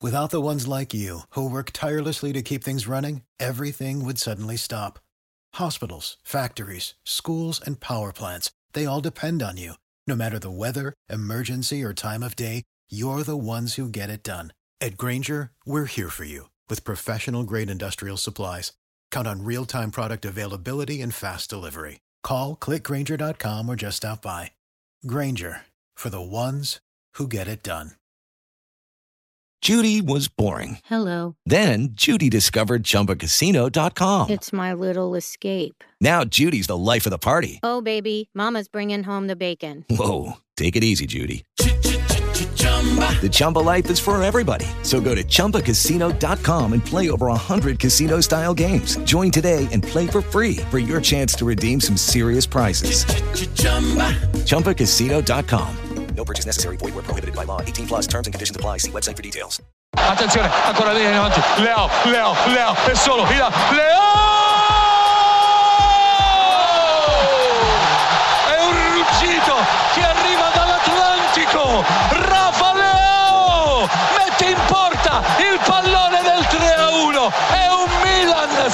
Without the ones like you, who work tirelessly to keep things running, everything would suddenly stop. Hospitals, factories, schools, and power plants, they all depend on you. No matter the weather, emergency, or time of day, you're the ones who get it done. At Grainger, we're here for you with professional-grade industrial supplies. Count on real-time product availability and fast delivery. Call, click Grainger.com, or just stop by. Grainger, for the ones who get it done. Judy was boring. Hello. Then Judy discovered ChumbaCasino.com. It's my little escape. Now Judy's the life of the party. Oh, baby, mama's bringing home the bacon. Whoa, take it easy, Judy. The Chumba life is for everybody. So go to ChumbaCasino.com and play over 100 casino-style games. Join today and play for free for your chance to redeem some serious prizes. ChumbaCasino.com. No purchase necessary. Void where prohibited by law. 18 plus terms and conditions apply. See website for details. Attenzione, ancora linea in avanti. Leao, è solo. Leao! È un ruggito che arriva dall'Atlantico. Rafa Leao mette in porta il pallone del 3-1. È un Milan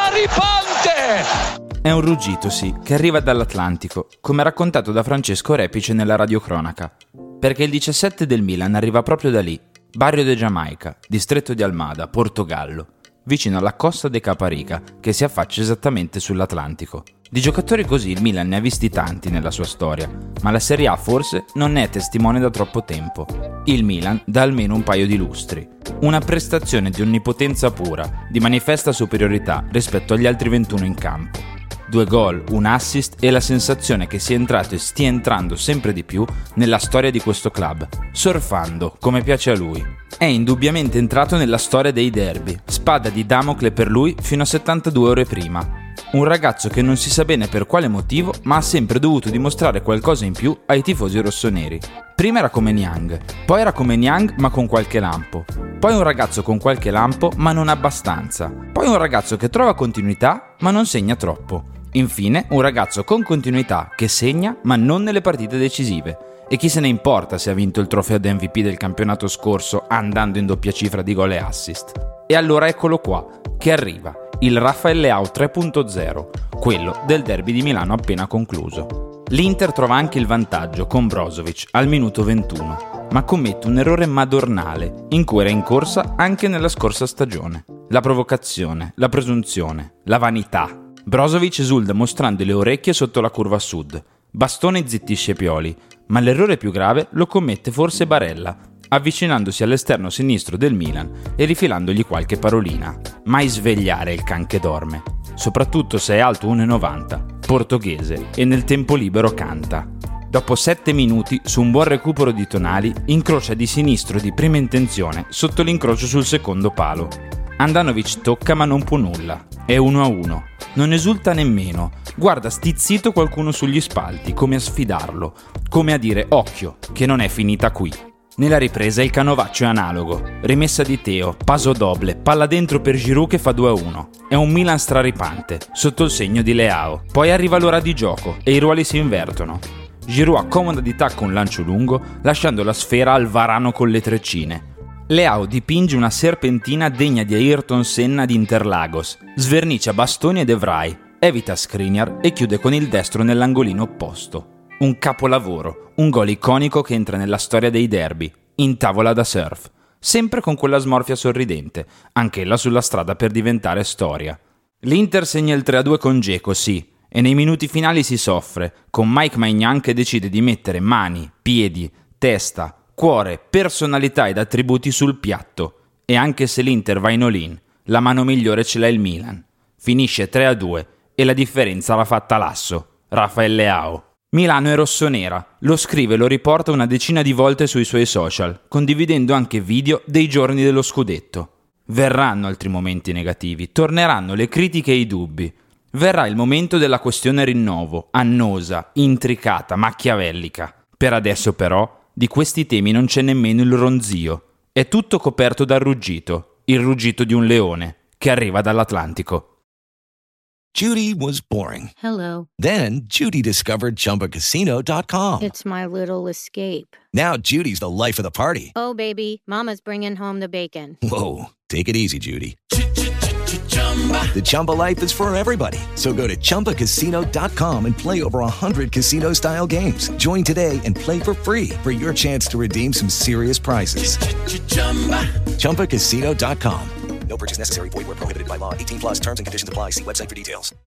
straripante. È un ruggito, sì, che arriva dall'Atlantico, come raccontato da Francesco Repice nella radiocronaca. Perché il 17 del Milan arriva proprio da lì, Barrio de Jamaica, distretto di Almada, Portogallo, vicino alla Costa de Caparica, che si affaccia esattamente sull'Atlantico. Di giocatori così il Milan ne ha visti tanti nella sua storia, ma la Serie A forse non ne è testimone da troppo tempo. Il Milan da almeno un paio di lustri. Una prestazione di onnipotenza pura, di manifesta superiorità rispetto agli altri 21 in campo. 2 gol, un assist e la sensazione che sia entrato e stia entrando sempre di più nella storia di questo club, surfando, come piace a lui. È indubbiamente entrato nella storia dei derby, spada di Damocle per lui fino a 72 ore prima. Un ragazzo che non si sa bene per quale motivo, ma ha sempre dovuto dimostrare qualcosa in più ai tifosi rossoneri. Prima era come Niang, poi era come Niang ma con qualche lampo, poi un ragazzo con qualche lampo ma non abbastanza, poi un ragazzo che trova continuità ma non segna troppo. Infine, un ragazzo con continuità che segna ma non nelle partite decisive. E chi se ne importa se ha vinto il trofeo da MVP del campionato scorso andando in doppia cifra di gol e assist. E allora eccolo qua, che arriva, il Rafael Leao 3.0, quello del derby di Milano appena concluso. L'Inter trova anche il vantaggio con Brozovic al minuto 21, ma commette un errore madornale in cui era in corsa anche nella scorsa stagione. La provocazione, la presunzione, la vanità. Brozovic esulta mostrando le orecchie sotto la curva sud. Bastone zittisce Pioli, ma l'errore più grave lo commette forse Barella, avvicinandosi all'esterno sinistro del Milan e rifilandogli qualche parolina. Mai svegliare il can che dorme, soprattutto se è alto 1,90, portoghese e nel tempo libero canta. Dopo 7 minuti, su un buon recupero di Tonali, incrocia di sinistro di prima intenzione sotto l'incrocio sul secondo palo. Andanovic tocca ma non può nulla. È 1-1. Non esulta nemmeno. Guarda stizzito qualcuno sugli spalti, come a sfidarlo, come a dire occhio, che non è finita qui. Nella ripresa il canovaccio è analogo. Rimessa di Teo, paso doble, palla dentro per Giroud che fa 2-1. È un Milan straripante, sotto il segno di Leao. Poi arriva l'ora di gioco e i ruoli si invertono. Giroud accomoda di tacco un lancio lungo, lasciando la sfera al Varano con le treccine. Leao dipinge una serpentina degna di Ayrton Senna di Interlagos, svernicia Bastoni ed Evrai, evita Skriniar e chiude con il destro nell'angolino opposto. Un capolavoro, un gol iconico che entra nella storia dei derby, in tavola da surf, sempre con quella smorfia sorridente, anch'ella sulla strada per diventare storia. L'Inter segna il 3-2 con Dzeko, sì, e nei minuti finali si soffre, con Mike Maignan che decide di mettere mani, piedi, testa, cuore, personalità ed attributi sul piatto. E anche se l'Inter va in all-in, la mano migliore ce l'ha il Milan. Finisce 3-2 e la differenza l'ha fatta l'asso, Rafael Leao. Milano è rossonera, lo scrive e lo riporta una decina di volte sui suoi social, condividendo anche video dei giorni dello scudetto. Verranno altri momenti negativi, torneranno le critiche e i dubbi. Verrà il momento della questione rinnovo, annosa, intricata, machiavellica. Per adesso però di questi temi non c'è nemmeno il ronzio. È tutto coperto dal ruggito, il ruggito di un leone che arriva dall'Atlantico. Judy was boring. Hello. Then Judy discovered ChumbaCasino.com. It's my little escape. Now Judy's the life of the party. Oh, baby, mama's bringing home the bacon. Whoa, take it easy, Judy. The Chumba life is for everybody. So go to ChumbaCasino.com and play over 100 casino-style games. Join today and play for free for your chance to redeem some serious prizes. ChumbaCasino.com. No purchase necessary. Void where prohibited by law. 18+ terms and conditions apply. See website for details.